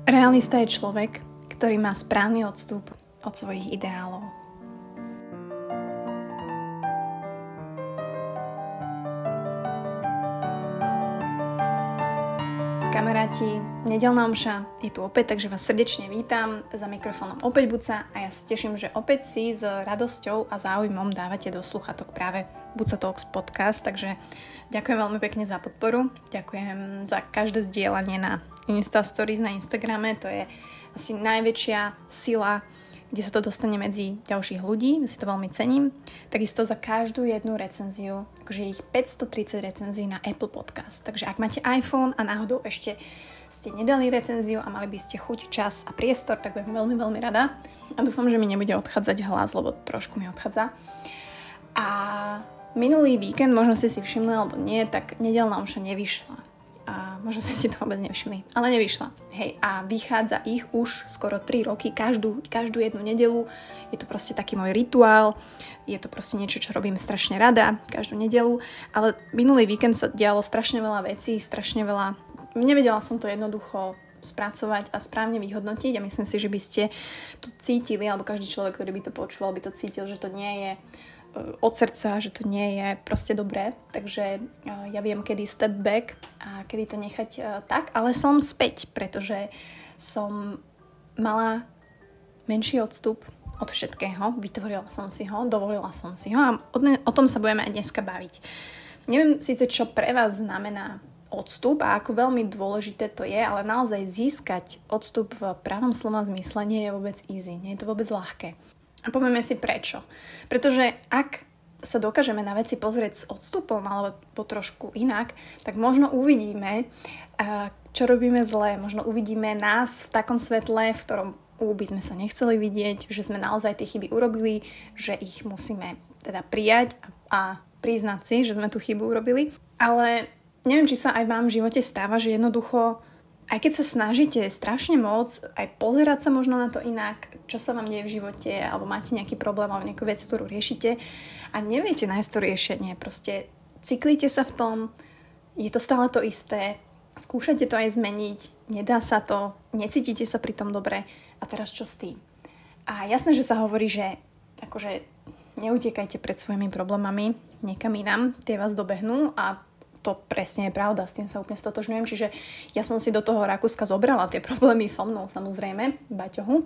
Realista je človek, ktorý má správny odstup od svojich ideálov. Kamaráti, nedeľná omša je tu opäť, takže vás srdečne vítam za mikrofónom opäť Buca a ja sa teším, že opäť si s radosťou a záujmom dávate do sluchatok práve Buca Talks podcast, takže ďakujem veľmi pekne za podporu, ďakujem za každé zdieľanie na Insta Stories na Instagrame, to je asi najväčšia sila, kde sa to dostane medzi ďalších ľudí, si to veľmi cením. Takisto za každú jednu recenziu, akože je ich 530 recenzií na Apple Podcast. Takže ak máte iPhone a náhodou ešte ste nedali recenziu a mali by ste chuť, čas a priestor, tak budem veľmi, veľmi rada. A dúfam, že mi nebude odchádzať hlas, lebo trošku mi odchádza. A minulý víkend, možno ste si všimli alebo nie, tak nedeľná omša nevyšla. A možno ste si to vôbec nevšimli, ale nevyšla. Hej, a vychádza ich už skoro 3 roky, každú jednu nedeľu. Je to proste taký môj rituál, je to proste niečo, čo robím strašne rada, každú nedeľu. Ale minulý víkend sa dialo strašne veľa vecí, nevedela som to jednoducho spracovať a správne vyhodnotiť a myslím si, že by ste to cítili, alebo každý človek, ktorý by to počúval, by to cítil, že to nie je od srdca, že to nie je proste dobré, takže ja viem, kedy step back a kedy to nechať tak, ale som späť, pretože som mala menší odstup od všetkého, vytvorila som si ho, dovolila som si ho a o tom sa budeme aj dneska baviť. Neviem síce, čo pre vás znamená odstup a ako veľmi dôležité to je, ale naozaj získať odstup v pravom slova zmysle nie je vôbec easy, nie je to vôbec ľahké. A povieme si prečo. Pretože ak sa dokážeme na veci pozrieť s odstupom alebo po trošku inak, tak možno uvidíme, čo robíme zle. Možno uvidíme nás v takom svetle, v ktorom by sme sa nechceli vidieť, že sme naozaj tie chyby urobili, že ich musíme teda prijať a priznať si, že sme tú chybu urobili. Ale neviem, či sa aj vám v živote stáva, že jednoducho aj keď sa snažíte strašne moc, aj pozerať sa možno na to inak, čo sa vám deje v živote, alebo máte nejaký problém alebo nejakú vec, ktorú riešite a neviete nájsť to riešenie, proste cyklíte sa v tom, je to stále to isté, skúšate to aj zmeniť, nedá sa to, necítite sa pri tom dobre a teraz čo s tým? A jasné, že sa hovorí, že akože neutekajte pred svojimi problémami niekam inám, tie vás dobehnú a to presne je pravda, s tým sa úplne stotožňujem, čiže ja som si do toho Rakúska zobrala tie problémy so mnou, samozrejme, baťohu,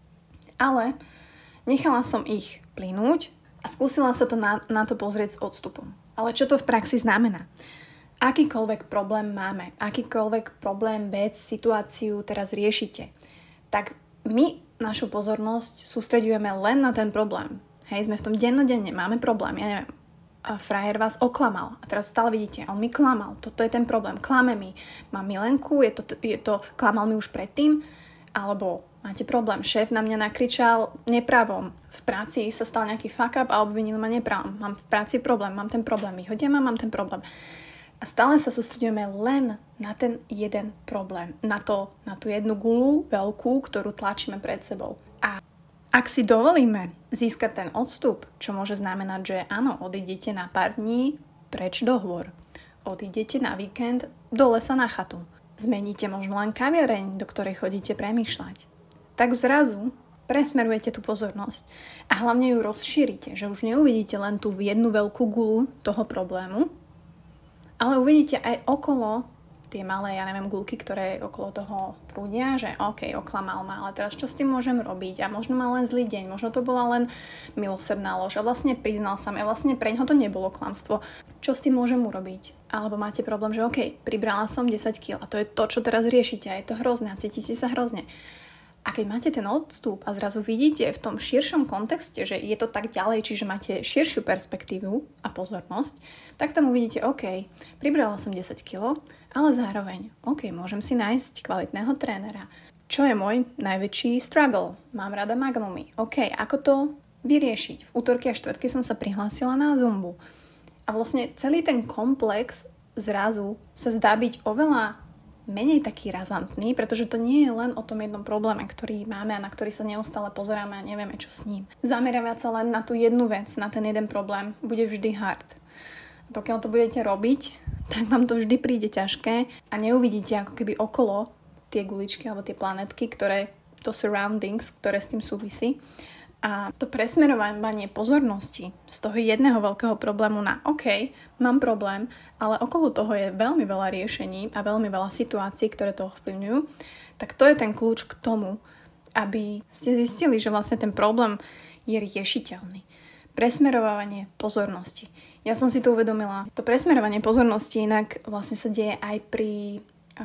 ale nechala som ich plynúť a skúsila sa to na to pozrieť s odstupom. Ale čo to v praxi znamená? Akýkoľvek problém máme, akýkoľvek problém, vec, situáciu teraz riešite, tak my našu pozornosť sústreďujeme len na ten problém. Hej, sme v tom dennodenne, máme problém, ja neviem, a frajer vás oklamal. A teraz stále vidíte, on mi klamal. Toto je ten problém. Klame mi. Mám milenku, je to klamal mi už predtým. Alebo máte problém. Šéf na mňa nakričal nepravom. V práci sa stal nejaký fuck up a obvinil ma nepravom. Mám v práci problém, mám ten problém. Vyhodia ma, mám ten problém. A stále sa sústredujeme len na ten jeden problém. Na tú jednu guľu veľkú, ktorú tlačíme pred sebou. A ak si dovolíme získať ten odstup, čo môže znamenať, že áno, odídete na pár dní preč do hôr, odídete na víkend do lesa na chatu, zmeníte možno len kaviareň, do ktorej chodíte premýšľať, tak zrazu presmerujete tú pozornosť a hlavne ju rozšírite, že už neuvidíte len tú jednu veľkú guľu toho problému, ale uvidíte aj okolo tie malé, guľky, ktoré okolo toho prúdia, že OK, oklamal ma, ale teraz čo s tým môžem robiť? A možno mal len zlý deň, možno to bola len milosrdná lož a vlastne priznal sa mi a vlastne preňho to nebolo klamstvo. Čo s tým môžem urobiť? Alebo máte problém, že OK, pribrala som 10 kg a to je to, čo teraz riešite a je to hrozné a cítite sa hrozne. A keď máte ten odstup a zrazu vidíte v tom širšom kontexte, že je to tak ďalej, čiže máte širšiu perspektívu a pozornosť, tak tam uvidíte, OK, pribrala som 10 kg, ale zároveň, OK, môžem si nájsť kvalitného trénera. Čo je môj najväčší struggle? Mám rada magnumy. OK, ako to vyriešiť? V útorky a štvrtky som sa prihlásila na zumbu. A vlastne celý ten komplex zrazu sa zdá byť oveľa menej taký razantný, pretože to nie je len o tom jednom probléme, ktorý máme a na ktorý sa neustále pozeráme a nevieme, čo s ním. Zameravať sa len na tú jednu vec, na ten jeden problém, bude vždy hard. Pokiaľ to budete robiť, tak vám to vždy príde ťažké a neuvidíte ako keby okolo tie guličky alebo tie planetky, to surroundings, ktoré s tým súvisí. A to presmerovanie pozornosti z toho jedného veľkého problému na OK, mám problém, ale okolo toho je veľmi veľa riešení a veľmi veľa situácií, ktoré to ovplyvňujú, tak to je ten kľúč k tomu, aby ste zistili, že vlastne ten problém je riešiteľný. Presmerovanie pozornosti. Ja som si to uvedomila. To presmerovanie pozornosti inak vlastne sa deje aj pri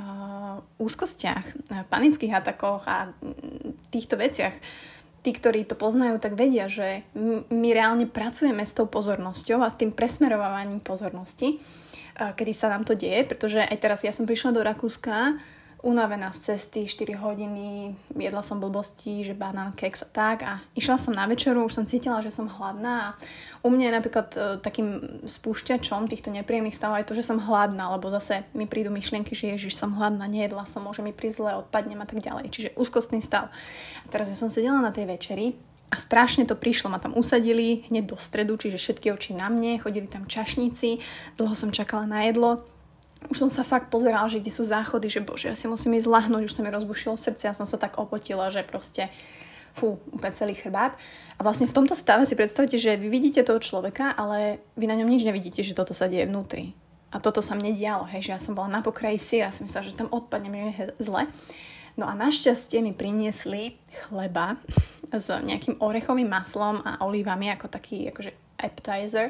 úzkostiach, panických atakoch a týchto veciach. Tí, ktorí to poznajú, tak vedia, že my reálne pracujeme s tou pozornosťou a s tým presmerovávaním pozornosti, kedy sa nám to deje, pretože aj teraz ja som prišla do Rakúska unavená z cesty, 4 hodiny, jedla som blbosti, že banán, keks a tak a išla som na večeru, už som cítila, že som hladná a u mňa je napríklad takým spúšťačom týchto nepríjemných stavov aj to, že som hladná, lebo zase mi prídu myšlienky, že ježiš, som hladná, nejedla som, môže mi prísť zle, odpadnem a tak ďalej, čiže úzkostný stav. A teraz ja som sedela na tej večeri a strašne to prišlo, ma tam usadili hneď do stredu, čiže všetky oči na mne, chodili tam čašníci, dlho som čakala na jedlo. Už som sa fakt pozerala, že kde sú záchody, že bože, ja si musím ísť ľahnúť, už sa mi rozbušilo srdce, ja som sa tak opotila, že proste úplne celý chrbát. A vlastne v tomto stave si predstavte, že vy vidíte toho človeka, ale vy na ňom nič nevidíte, že toto sa deje vnútri. A toto sa mne dialo, hej, že ja som bola na pokraji síl, ja som myslela, že tam odpadnem, je zle. No a našťastie mi priniesli chleba s nejakým orechovým maslom a olívami ako taký akože appetizer.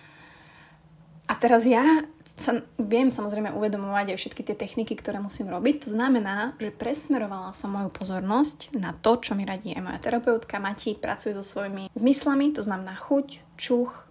A teraz ja sa viem samozrejme uvedomovať aj všetky tie techniky, ktoré musím robiť. To znamená, že presmerovala som moju pozornosť na to, čo mi radí aj moja terapeutka Mati, pracuje so svojimi zmyslami, to znamená chuť, čuch,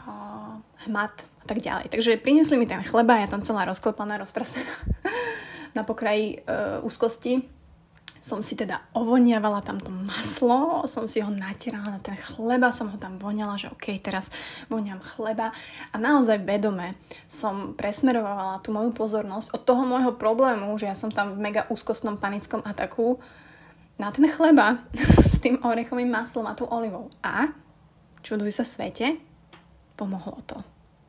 hmat a tak ďalej. Takže priniesli mi ten chleba, ja tam celá rozklepaná, roztrasená na pokraji úzkosti. Som si teda ovoniavala tam to maslo, som si ho natierala na ten chleba, som ho tam voňala, že OK, teraz voňam chleba a naozaj vedome som presmerovala tú moju pozornosť od toho môjho problému, že ja som tam v mega úzkostnom panickom ataku na ten chleba s tým orechovým maslom a tú olivou. A čuduj sa svete, pomohlo to.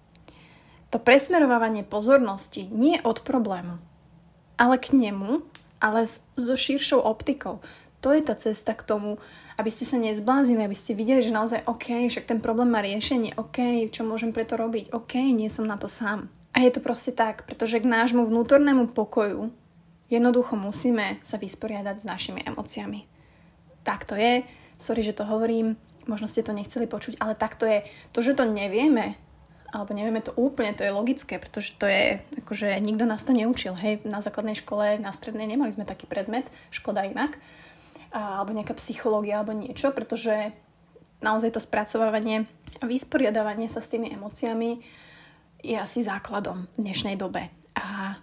To presmerovávanie pozornosti nie od problému, ale k nemu, ale so širšou optikou. To je tá cesta k tomu, aby ste sa nezbláznili, aby ste videli, že naozaj OK, však ten problém má riešenie, OK, čo môžem preto robiť, OK, nie som na to sám. A je to proste tak, pretože k nášmu vnútornému pokoju jednoducho musíme sa vysporiadať s našimi emóciami. Tak to je, sorry, že to hovorím, možno ste to nechceli počuť, ale tak to je. To, že to nevieme, alebo nevieme to úplne, to je logické, pretože to je, akože nikto nás to neučil, hej, na základnej škole, na strednej nemali sme taký predmet, škoda inak, alebo nejaká psychológia, alebo niečo, pretože naozaj to spracovávanie a vysporiadávanie sa s tými emóciami je asi základom v dnešnej dobe. A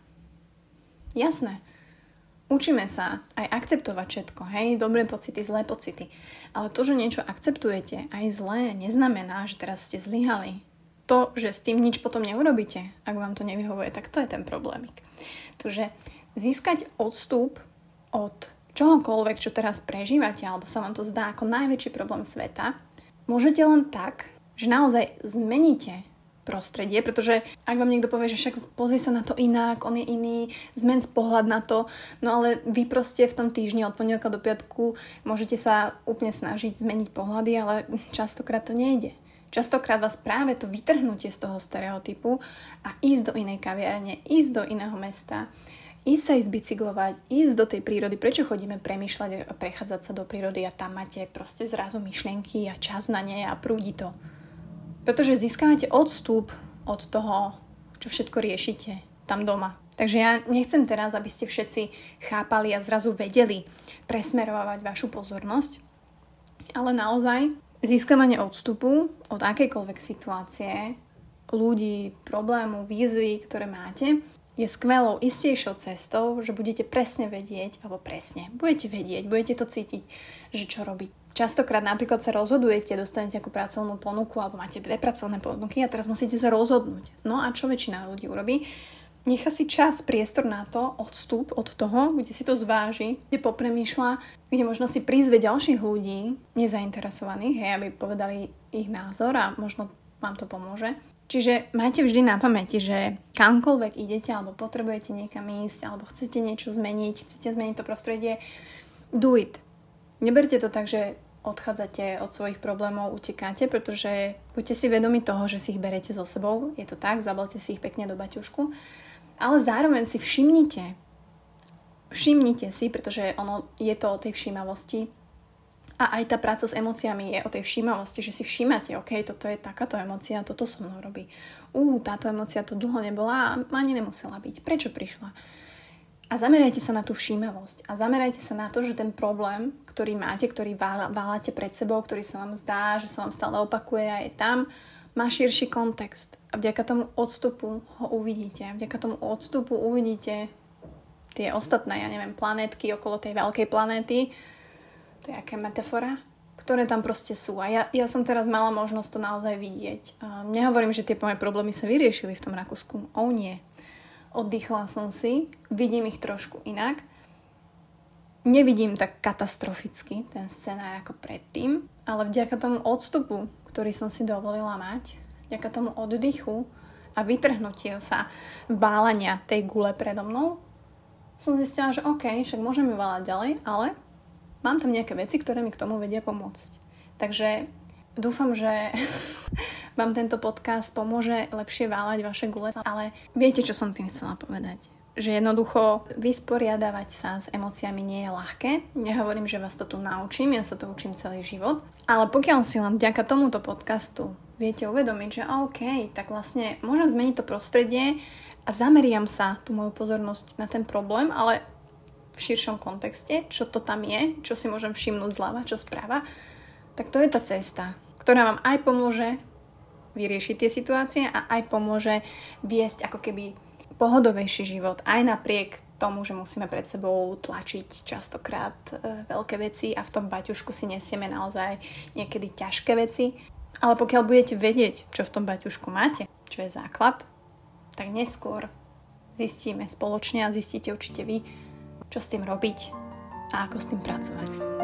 jasné, učíme sa aj akceptovať všetko, hej, dobré pocity, zlé pocity, ale to, že niečo akceptujete aj zlé, neznamená, že teraz ste zlyhali. To, že s tým nič potom neurobíte, ak vám to nevyhovuje, tak to je ten problémik. Takže získať odstup od čohokoľvek, čo teraz prežívate, alebo sa vám to zdá ako najväčší problém sveta, môžete len tak, že naozaj zmeníte prostredie, pretože ak vám niekto povie, že však pozri sa na to inak, on je iný, zmen pohľad na to, no ale vy proste v tom týždni od pondelka do piatku môžete sa úplne snažiť zmeniť pohľady, ale častokrát to nejde. Častokrát vás práve to vytrhnutie z toho stereotypu a ísť do inej kaviarne, ísť do iného mesta, ísť sa ísť bicyklovať, ísť do tej prírody. Prečo chodíme premýšľať a prechádzať sa do prírody a tam máte proste zrazu myšlienky a čas na ne a prúdi to. Pretože získavate odstup od toho, čo všetko riešite tam doma. Takže ja nechcem teraz, aby ste všetci chápali a zrazu vedeli presmerovať vašu pozornosť, ale naozaj získavanie odstupu od akejkoľvek situácie, ľudí, problému, výzvy, ktoré máte, je skvelou, istejšou cestou, že budete presne vedieť, budete vedieť, budete to cítiť, že čo robiť. Častokrát napríklad sa rozhodujete, dostanete ako pracovnú ponuku, alebo máte 2 pracovné ponuky a teraz musíte sa rozhodnúť. No a čo väčšina ľudí urobí? Nechá si čas, priestor na to, odstup od toho, kde si to zváži, kde popremýšľa, kde možno si prizve ďalších ľudí, nezainteresovaných, hej, aby povedali ich názor a možno vám to pomôže. Čiže majte vždy na pamäti, že kamkoľvek idete, alebo potrebujete niekam ísť, alebo chcete niečo zmeniť, chcete zmeniť to prostredie, do it. Neberte to tak, že odchádzate od svojich problémov, utekáte, pretože buďte si vedomi toho, že si ich berete so sebou, je to tak, zabalte si ich pekne do baťušku, ale zároveň si všimnite si, pretože ono je to o tej všímavosti a aj tá práca s emóciami je o tej všímavosti, že si všímate, ok, toto je takáto emócia, toto so mnou robí. Táto emócia tu dlho nebola a ani nemusela byť. Prečo prišla? A zamerajte sa na tú všímavosť a zamerajte sa na to, že ten problém, ktorý máte, ktorý váľate pred sebou, ktorý sa vám zdá, že sa vám stále opakuje a je tam, má širší kontext. A vďaka tomu odstupu ho uvidíte. A vďaka tomu odstupu uvidíte tie ostatné, planetky okolo tej veľkej planéty, to je aká metafora, ktoré tam proste sú. A ja som teraz mala možnosť to naozaj vidieť. Nehovorím, že tie moje problémy sa vyriešili v tom Rakúsku. Nie. Oddychla som si, vidím ich trošku inak. Nevidím tak katastroficky ten scenár ako predtým, ale vďaka tomu odstupu, ktorý som si dovolila mať, vďaka tomu oddychu a vytrhnutiu sa válania tej gule predo mnou, som zistila, že OK, však môžem ju váľať ďalej, ale mám tam nejaké veci, ktoré mi k tomu vedia pomôcť. Takže dúfam, že vám tento podcast pomôže lepšie váľať vaše gule, ale viete, čo som tým chcela povedať? Že jednoducho vysporiadavať sa s emóciami nie je ľahké. Nehovorím, že vás to tu naučím, ja sa to učím celý život. Ale pokiaľ si len vďaka tomuto podcastu viete uvedomiť, že OK, tak vlastne môžem zmeniť to prostredie a zameriam sa tú moju pozornosť na ten problém, ale v širšom kontexte, čo to tam je, čo si môžem všimnúť zľava, čo správa, tak to je tá cesta, ktorá vám aj pomôže vyriešiť tie situácie a aj pomôže viesť ako keby pohodovejší život, aj napriek tomu, že musíme pred sebou tlačiť častokrát veľké veci a v tom baťušku si nesieme naozaj niekedy ťažké veci. Ale pokiaľ budete vedieť, čo v tom baťušku máte, čo je základ, tak neskôr zistíme spoločne a zistíte určite vy, čo s tým robiť a ako s tým pracovať.